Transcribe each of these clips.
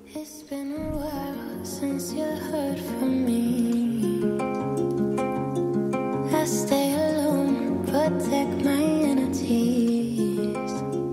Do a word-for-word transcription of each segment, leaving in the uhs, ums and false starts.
It's been a while since you heard from me. I stay alone, protect my energies.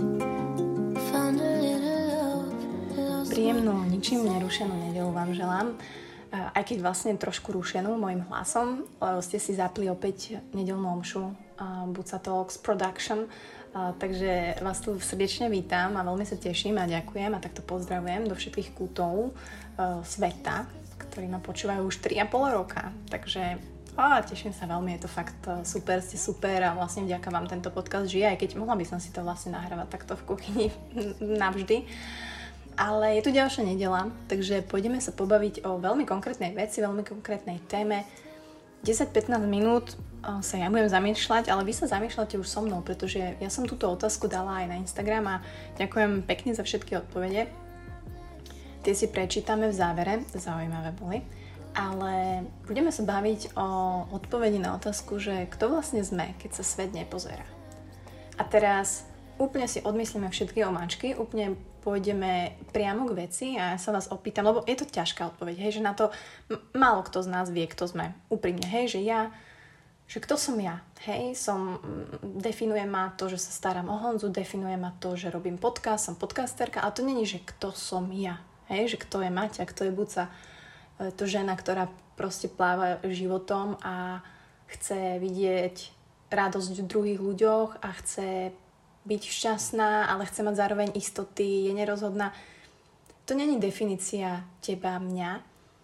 Found a little love, lost. Príjemnú, ničím nerušenú nedeľu vám želám. Aj keď vlastne trošku rušenú mojim hlasom, lebo ste si zapli opäť nedeľnú omšu Buca Talks Production. Takže vás tu srdečne vítam a veľmi sa teším a ďakujem a takto pozdravujem do všetkých kútov sveta, ktorí ma počúvajú už tri a pol roka. Takže á, teším sa veľmi, je to fakt super, ste super a vlastne vďaka vám tento podcast žije, aj keď mohla by som si to vlastne nahrávať takto v kuchyni navždy. Ale je tu ďalšia nedeľa, takže pôjdeme sa pobaviť o veľmi konkrétnej veci, veľmi konkrétnej téme. desať pätnásť minút sa ja budem zamýšľať, ale vy sa zamýšľate už so mnou, pretože ja som túto otázku dala aj na Instagram a ďakujem pekne za všetky odpovede. Tie si prečítame v závere, zaujímavé boli. Ale budeme sa baviť o odpovedi na otázku, že kto vlastne sme, keď sa svet nepozerá. A teraz úplne si odmyslíme všetky omáčky, úplne pôjdeme priamo k veci a ja sa vás opýtam, lebo je to ťažká odpoveď, hej, že na to m- málo kto z nás vie, kto sme. Úprimne, hej, že ja, že kto som ja, hej, som, definuje ma to, že sa starám o Honzu, definuje ma to, že robím podcast, som podcasterka, ale to není, že kto som ja, hej, že kto je Maťa, kto je Buca, je to žena, ktorá proste pláva životom a chce vidieť radosť v druhých ľuďoch a chce byť šťastná, ale chce mať zároveň istoty, je nerozhodná. To není definícia teba, mňa.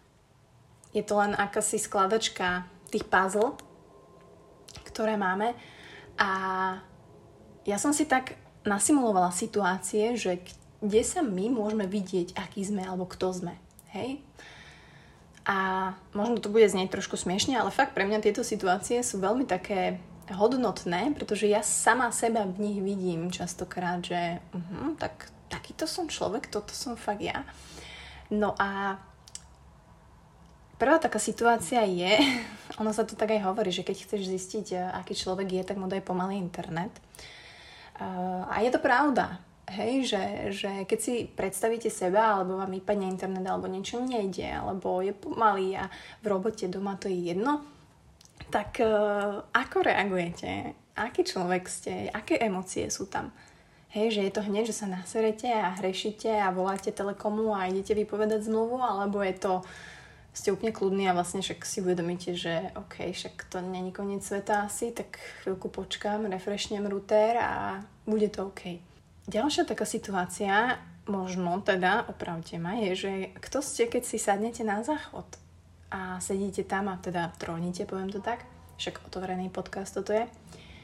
Je to len akási skladačka tých puzzle, ktoré máme. A ja som si tak nasimulovala situácie, že kde sa my môžeme vidieť, aký sme, alebo kto sme. Hej? A možno to bude znieť trošku smiešne, ale fakt pre mňa tieto situácie sú veľmi také hodnotné, pretože ja sama seba v nich vidím častokrát, že uh-huh, tak, takýto som človek, toto som fakt ja. No a prvá taká situácia je, ono sa to tak aj hovorí, že keď chceš zistiť, aký človek je, tak mu daj pomalý internet. Uh, a je to pravda, hej, že, že keď si predstavíte seba, alebo vám vypadne internet, alebo niečo nejde, alebo je pomalý a v robote doma to je jedno, tak uh, ako reagujete? Aký človek ste? Aké emócie sú tam? Hej, že je to hneď, že sa naserete a hrešíte a voláte Telekomu a idete vypovedať zmluvu, alebo je to, ste úplne kľudní a vlastne však si uvedomíte, že OK, však to není koniec sveta asi, tak chvíľku počkám, refreshnem router a bude to OK. Ďalšia taká situácia, možno teda, opravte ma, je, že kto ste, keď si sadnete na záchod a sedíte tam a teda trónite, poviem to tak, však otvorený podcast toto je.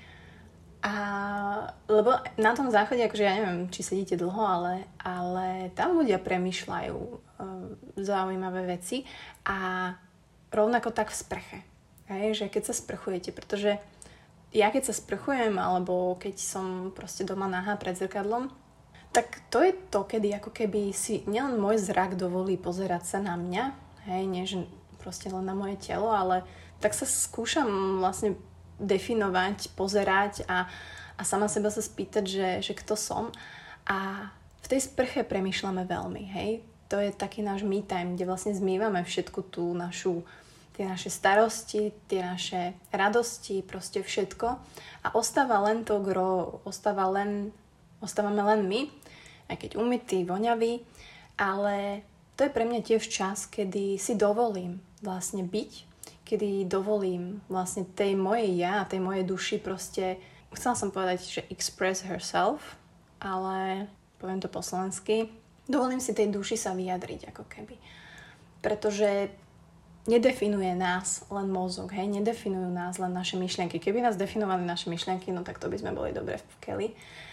A lebo na tom záchode, akože ja neviem, či sedíte dlho, ale, ale tam ľudia premýšľajú e, zaujímavé veci a rovnako tak v sprche. Hej, že keď sa sprchujete, pretože ja keď sa sprchujem, alebo keď som proste doma nahá pred zrkadlom, tak to je to, kedy ako keby si nielen môj zrak dovolí pozerať sa na mňa, hej, nie že proste len na moje telo, ale tak sa skúšam vlastne definovať, pozerať a, a sama seba sa spýtať, že, že kto som. A v tej sprche premýšľame veľmi, hej. To je taký náš me time, kde vlastne zmývame všetku tú našu, tie naše starosti, tie naše radosti, proste všetko. A ostáva len to gro, ostáva len, ostávame len my, aj keď umytí, voňaví, ale to je pre mňa tiež čas, kedy si dovolím vlastne byť, kedy dovolím vlastne tej mojej ja, tej mojej duši proste, chcela som povedať, že express herself, ale poviem to po slovensky, dovolím si tej duši sa vyjadriť ako keby. Pretože nedefinuje nás len mozog, hej, nedefinujú nás len naše myšlienky. Keby nás definovali naše myšlienky, no tak to by sme boli dobre v keli.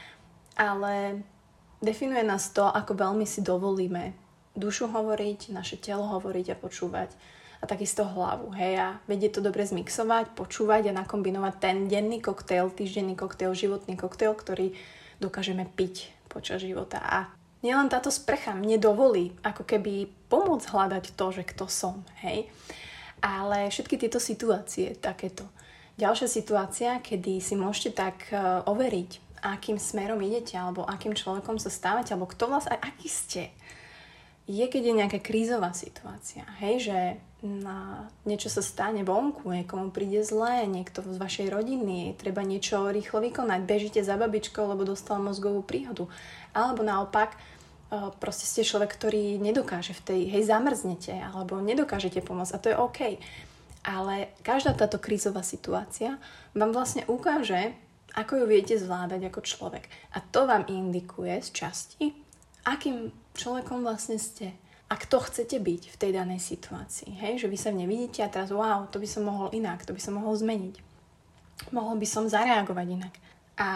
Ale definuje nás to, ako veľmi si dovolíme dušu hovoriť, naše telo hovoriť a počúvať. A takisto hlavu, hej, a vedie to dobre zmixovať, počúvať a nakombinovať ten denný koktail, týždenný koktail, životný koktail, ktorý dokážeme piť počas života. A nielen táto sprcha mne dovolí ako keby pomôcť hľadať to, že kto som, hej, ale všetky tieto situácie, takéto. Ďalšia situácia, kedy si môžete tak uh, overiť, akým smerom idete, alebo akým človekom sa stávate, alebo kto vlastne, aký ste. je, keď je nejaká krízová situácia. Hej, že na niečo sa stane vonku, niekomu príde zlé, niekto z vašej rodiny, treba niečo rýchlo vykonať, bežíte za babičkou, lebo dostal mozgovú príhodu. Alebo naopak, proste ste človek, ktorý nedokáže v tej, hej, zamrznete, alebo nedokážete pomôcť a to je OK. Ale každá táto krízová situácia vám vlastne ukáže, ako ju viete zvládať ako človek. A to vám indikuje z časti, akým človekom vlastne ste a kto chcete byť v tej danej situácii. Hej? Že vy sa nevidíte a teraz wow, to by som mohol inak, to by som mohol zmeniť. Mohol by som zareagovať inak. A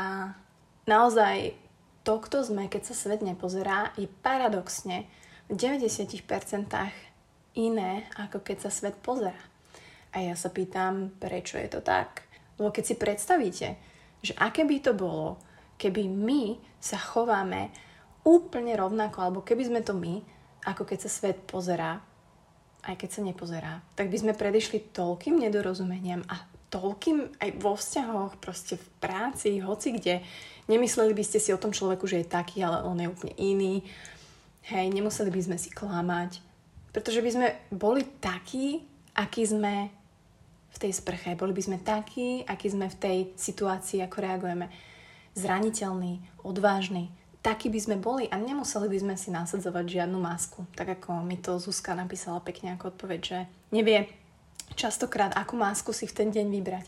naozaj to, kto sme, keď sa svet nepozerá, je paradoxne v deväťdesiat percent iné, ako keď sa svet pozerá. A ja sa pýtam, prečo je to tak? Lebo keď si predstavíte, že aké by to bolo, keby my sa chováme úplne rovnako, alebo keby sme to my, ako keď sa svet pozerá, aj keď sa nepozerá, tak by sme predišli toľkým nedorozumeniam a toľkým aj vo vzťahoch, proste v práci, hoci kde. Nemysleli by ste si o tom človeku, že je taký, ale on je úplne iný. Hej, nemuseli by sme si klamať, pretože by sme boli takí, akí sme v tej sprche. Boli by sme takí, akí sme v tej situácii, ako reagujeme. Zraniteľní, odvážni. Takí by sme boli a nemuseli by sme si nasadzovať žiadnu masku. Tak ako mi to Zuzka napísala pekne ako odpoveď, že nevie častokrát, akú masku si v ten deň vybrať.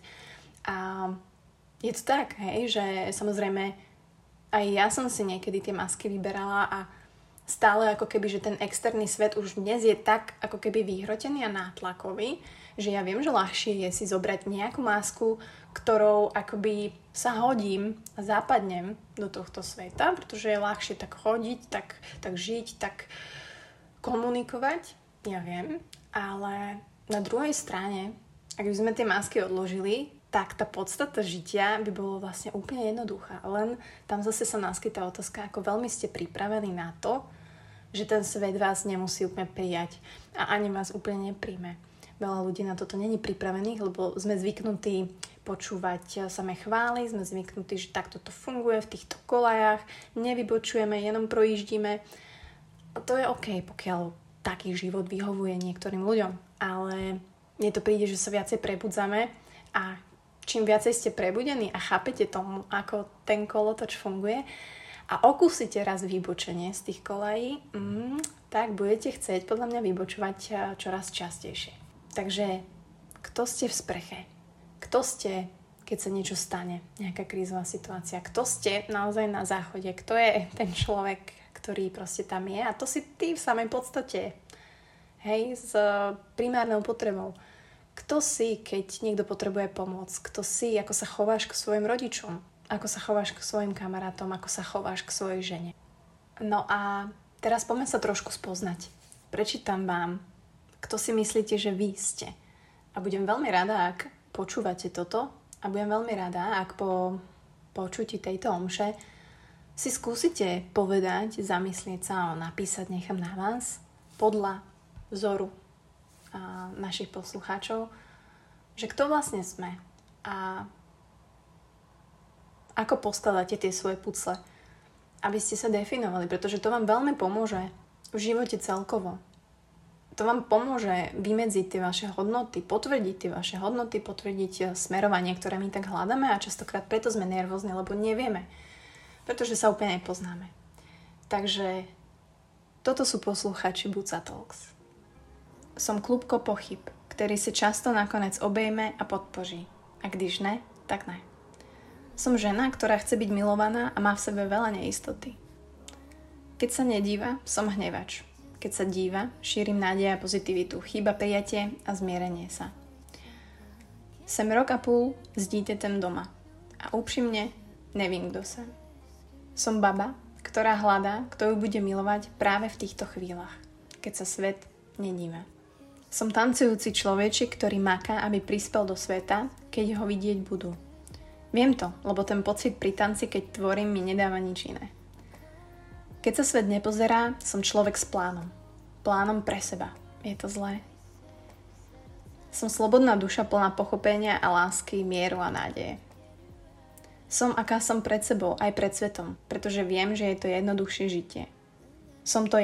A je to tak, hej, že samozrejme aj ja som si niekedy tie masky vyberala a stále ako keby, že ten externý svet už dnes je tak ako keby vyhrotený a nátlakový, že ja viem, že ľahšie je si zobrať nejakú masku, ktorou akoby sa hodím a zapadnem do tohto sveta, pretože je ľahšie tak chodiť, tak, tak žiť, tak komunikovať, ja viem, ale na druhej strane, ak by sme tie masky odložili, tak tá podstata žitia by bolo vlastne úplne jednoduchá. Len tam zase sa naskytá otázka, ako veľmi ste pripravení na to, že ten svet vás nemusí úplne prijať a ani vás úplne nepríjme. Veľa ľudí na toto není pripravených, lebo sme zvyknutí počúvať samé chvály, sme zvyknutí, že takto to funguje v týchto kolajách, nevybočujeme, jenom projíždime. A to je OK, pokiaľ taký život vyhovuje niektorým ľuďom. Ale mne to príde, že sa viacej prebudzame a čím viacej ste prebudení a chápete tomu, ako ten kolotoč funguje a okúsite raz vybočenie z tých kolají, mm, tak budete chcieť podľa mňa vybočovať čoraz častejšie. Takže kto ste v sprche? Kto ste, keď sa niečo stane, nejaká krízová situácia? Kto ste naozaj na záchode? Kto je ten človek, ktorý proste tam je? A to si ty v samej podstate. Hej, s primárnou potrebou. Kto si, keď niekto potrebuje pomoc? Kto si, ako sa chováš k svojim rodičom? Ako sa chováš k svojim kamarátom? Ako sa chováš k svojej žene? No a teraz poďme sa trošku spoznať. Prečítam vám, kto si myslíte, že vy ste. A budem veľmi rada, ak počúvate toto a budem veľmi rada, ak po počutí tejto omše si skúsite povedať, zamyslieť sa o napísať, nechám na vás, podľa vzoru a našich poslucháčov, že kto vlastne sme a ako poskladáte tie svoje pucle, aby ste sa definovali, pretože to vám veľmi pomôže v živote celkovo. To vám pomôže vymedziť tie vaše hodnoty, potvrdiť tie vaše hodnoty, potvrdiť smerovanie, ktoré my tak hľadáme a častokrát preto sme nervózni, lebo nevieme, pretože sa úplne nepoznáme. Takže toto sú poslucháči Buca Talks. Som klubko pochyb, ktorý si často nakoniec obejme a podpoří. A když ne, tak ne. Som žena, ktorá chce byť milovaná a má v sebe veľa neistoty. Keď sa nedíva, som hnevač. Keď sa díva, šírim nádej a pozitivitu, chýba prijatie a zmierenie sa. Sem rok a púl s dítetem doma a úprimne nevím, kto som. Som baba, ktorá hľadá, kto ju bude milovať práve v týchto chvíľach, keď sa svet nedíva. Som tancujúci človečik, ktorý maká, aby prispel do sveta, keď ho vidieť budú. Viem to, lebo ten pocit pri tanci, keď tvorím, mi nedáva nič iné. Keď sa svet nepozerá, som človek s plánom. Plánom pre seba. Je to zlé? Som slobodná duša plná pochopenia a lásky, mieru a nádeje. Som aká som pred sebou, aj pred svetom, pretože viem, že je to jednoduchšie žitie. Som to ja,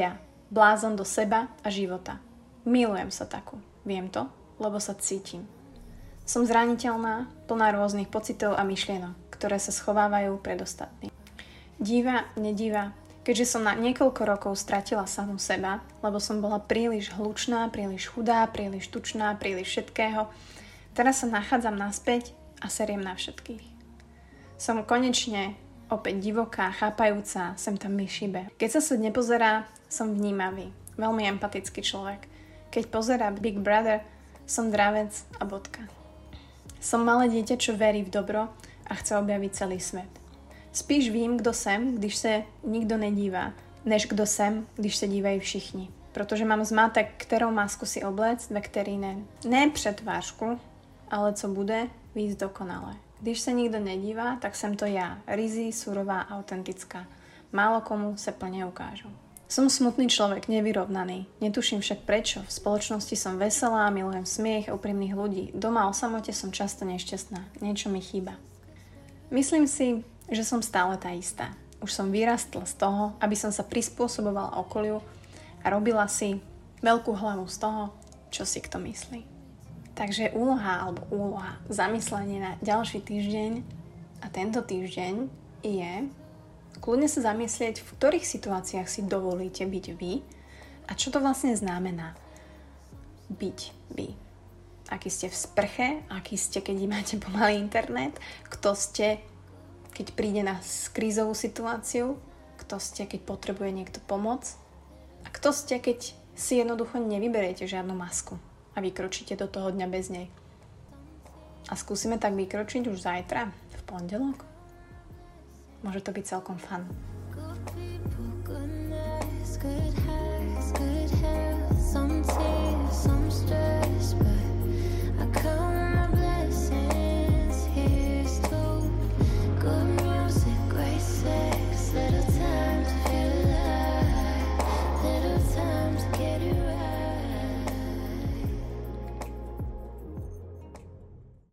blázon do seba a života. Milujem sa takú. Viem to, lebo sa cítim. Som zraniteľná, plná rôznych pocitov a myšlienok, ktoré sa schovávajú pred ostatným. Diva, nediva, keďže som na niekoľko rokov stratila samú seba, lebo som bola príliš hlučná, príliš chudá, príliš tučná, príliš všetkého, teraz sa nachádzam naspäť a seriem na všetkých. Som konečne opäť divoká, chápajúca, sem tam mi šibe. Keď sa svet nepozerá, som vnímavý, veľmi empatický človek. Keď pozerá Big Brother, som dravec a bodka. Som malé dieťa, čo verí v dobro a chce objaviť celý svet. Spíš vím, kdo sem, když se nikdo nedívá, než kdo sem, když se dívají všichni. Protože mám zmatek, kterou masku si oblec, ve který ne. Ne přetvářku, ale co bude, víc dokonale. Když se nikdo nedívá, tak jsem to já, rizí, surová, autentická. Málo komu se plně ukážu. Som smutný človek, nevyrovnaný. Netuším však prečo. V spoločnosti som veselá, milujem smiech, úprimných ľudí. Doma o samote som často nešťastná. Niečo mi chýba. Myslím si, že som stále tá istá. Už som vyrastla z toho, aby som sa prispôsobovala okoliu a robila si veľkú hlavu z toho, čo si kto myslí. Takže úloha alebo úloha zamyslenie na ďalší týždeň a tento týždeň je kľudne sa zamyslieť, v ktorých situáciách si dovolíte byť vy a čo to vlastne znamená byť vy. Aký ste v sprche, aký ste, keď máte pomalý internet, kto ste, keď príde na krízovú situáciu, kto ste, keď potrebuje niekto pomoc a kto ste, keď si jednoducho nevyberiete žiadnu masku a vykročíte do toho dňa bez nej. A skúsime tak vykročiť už zajtra, v pondelok. Môže to byť celkom fun.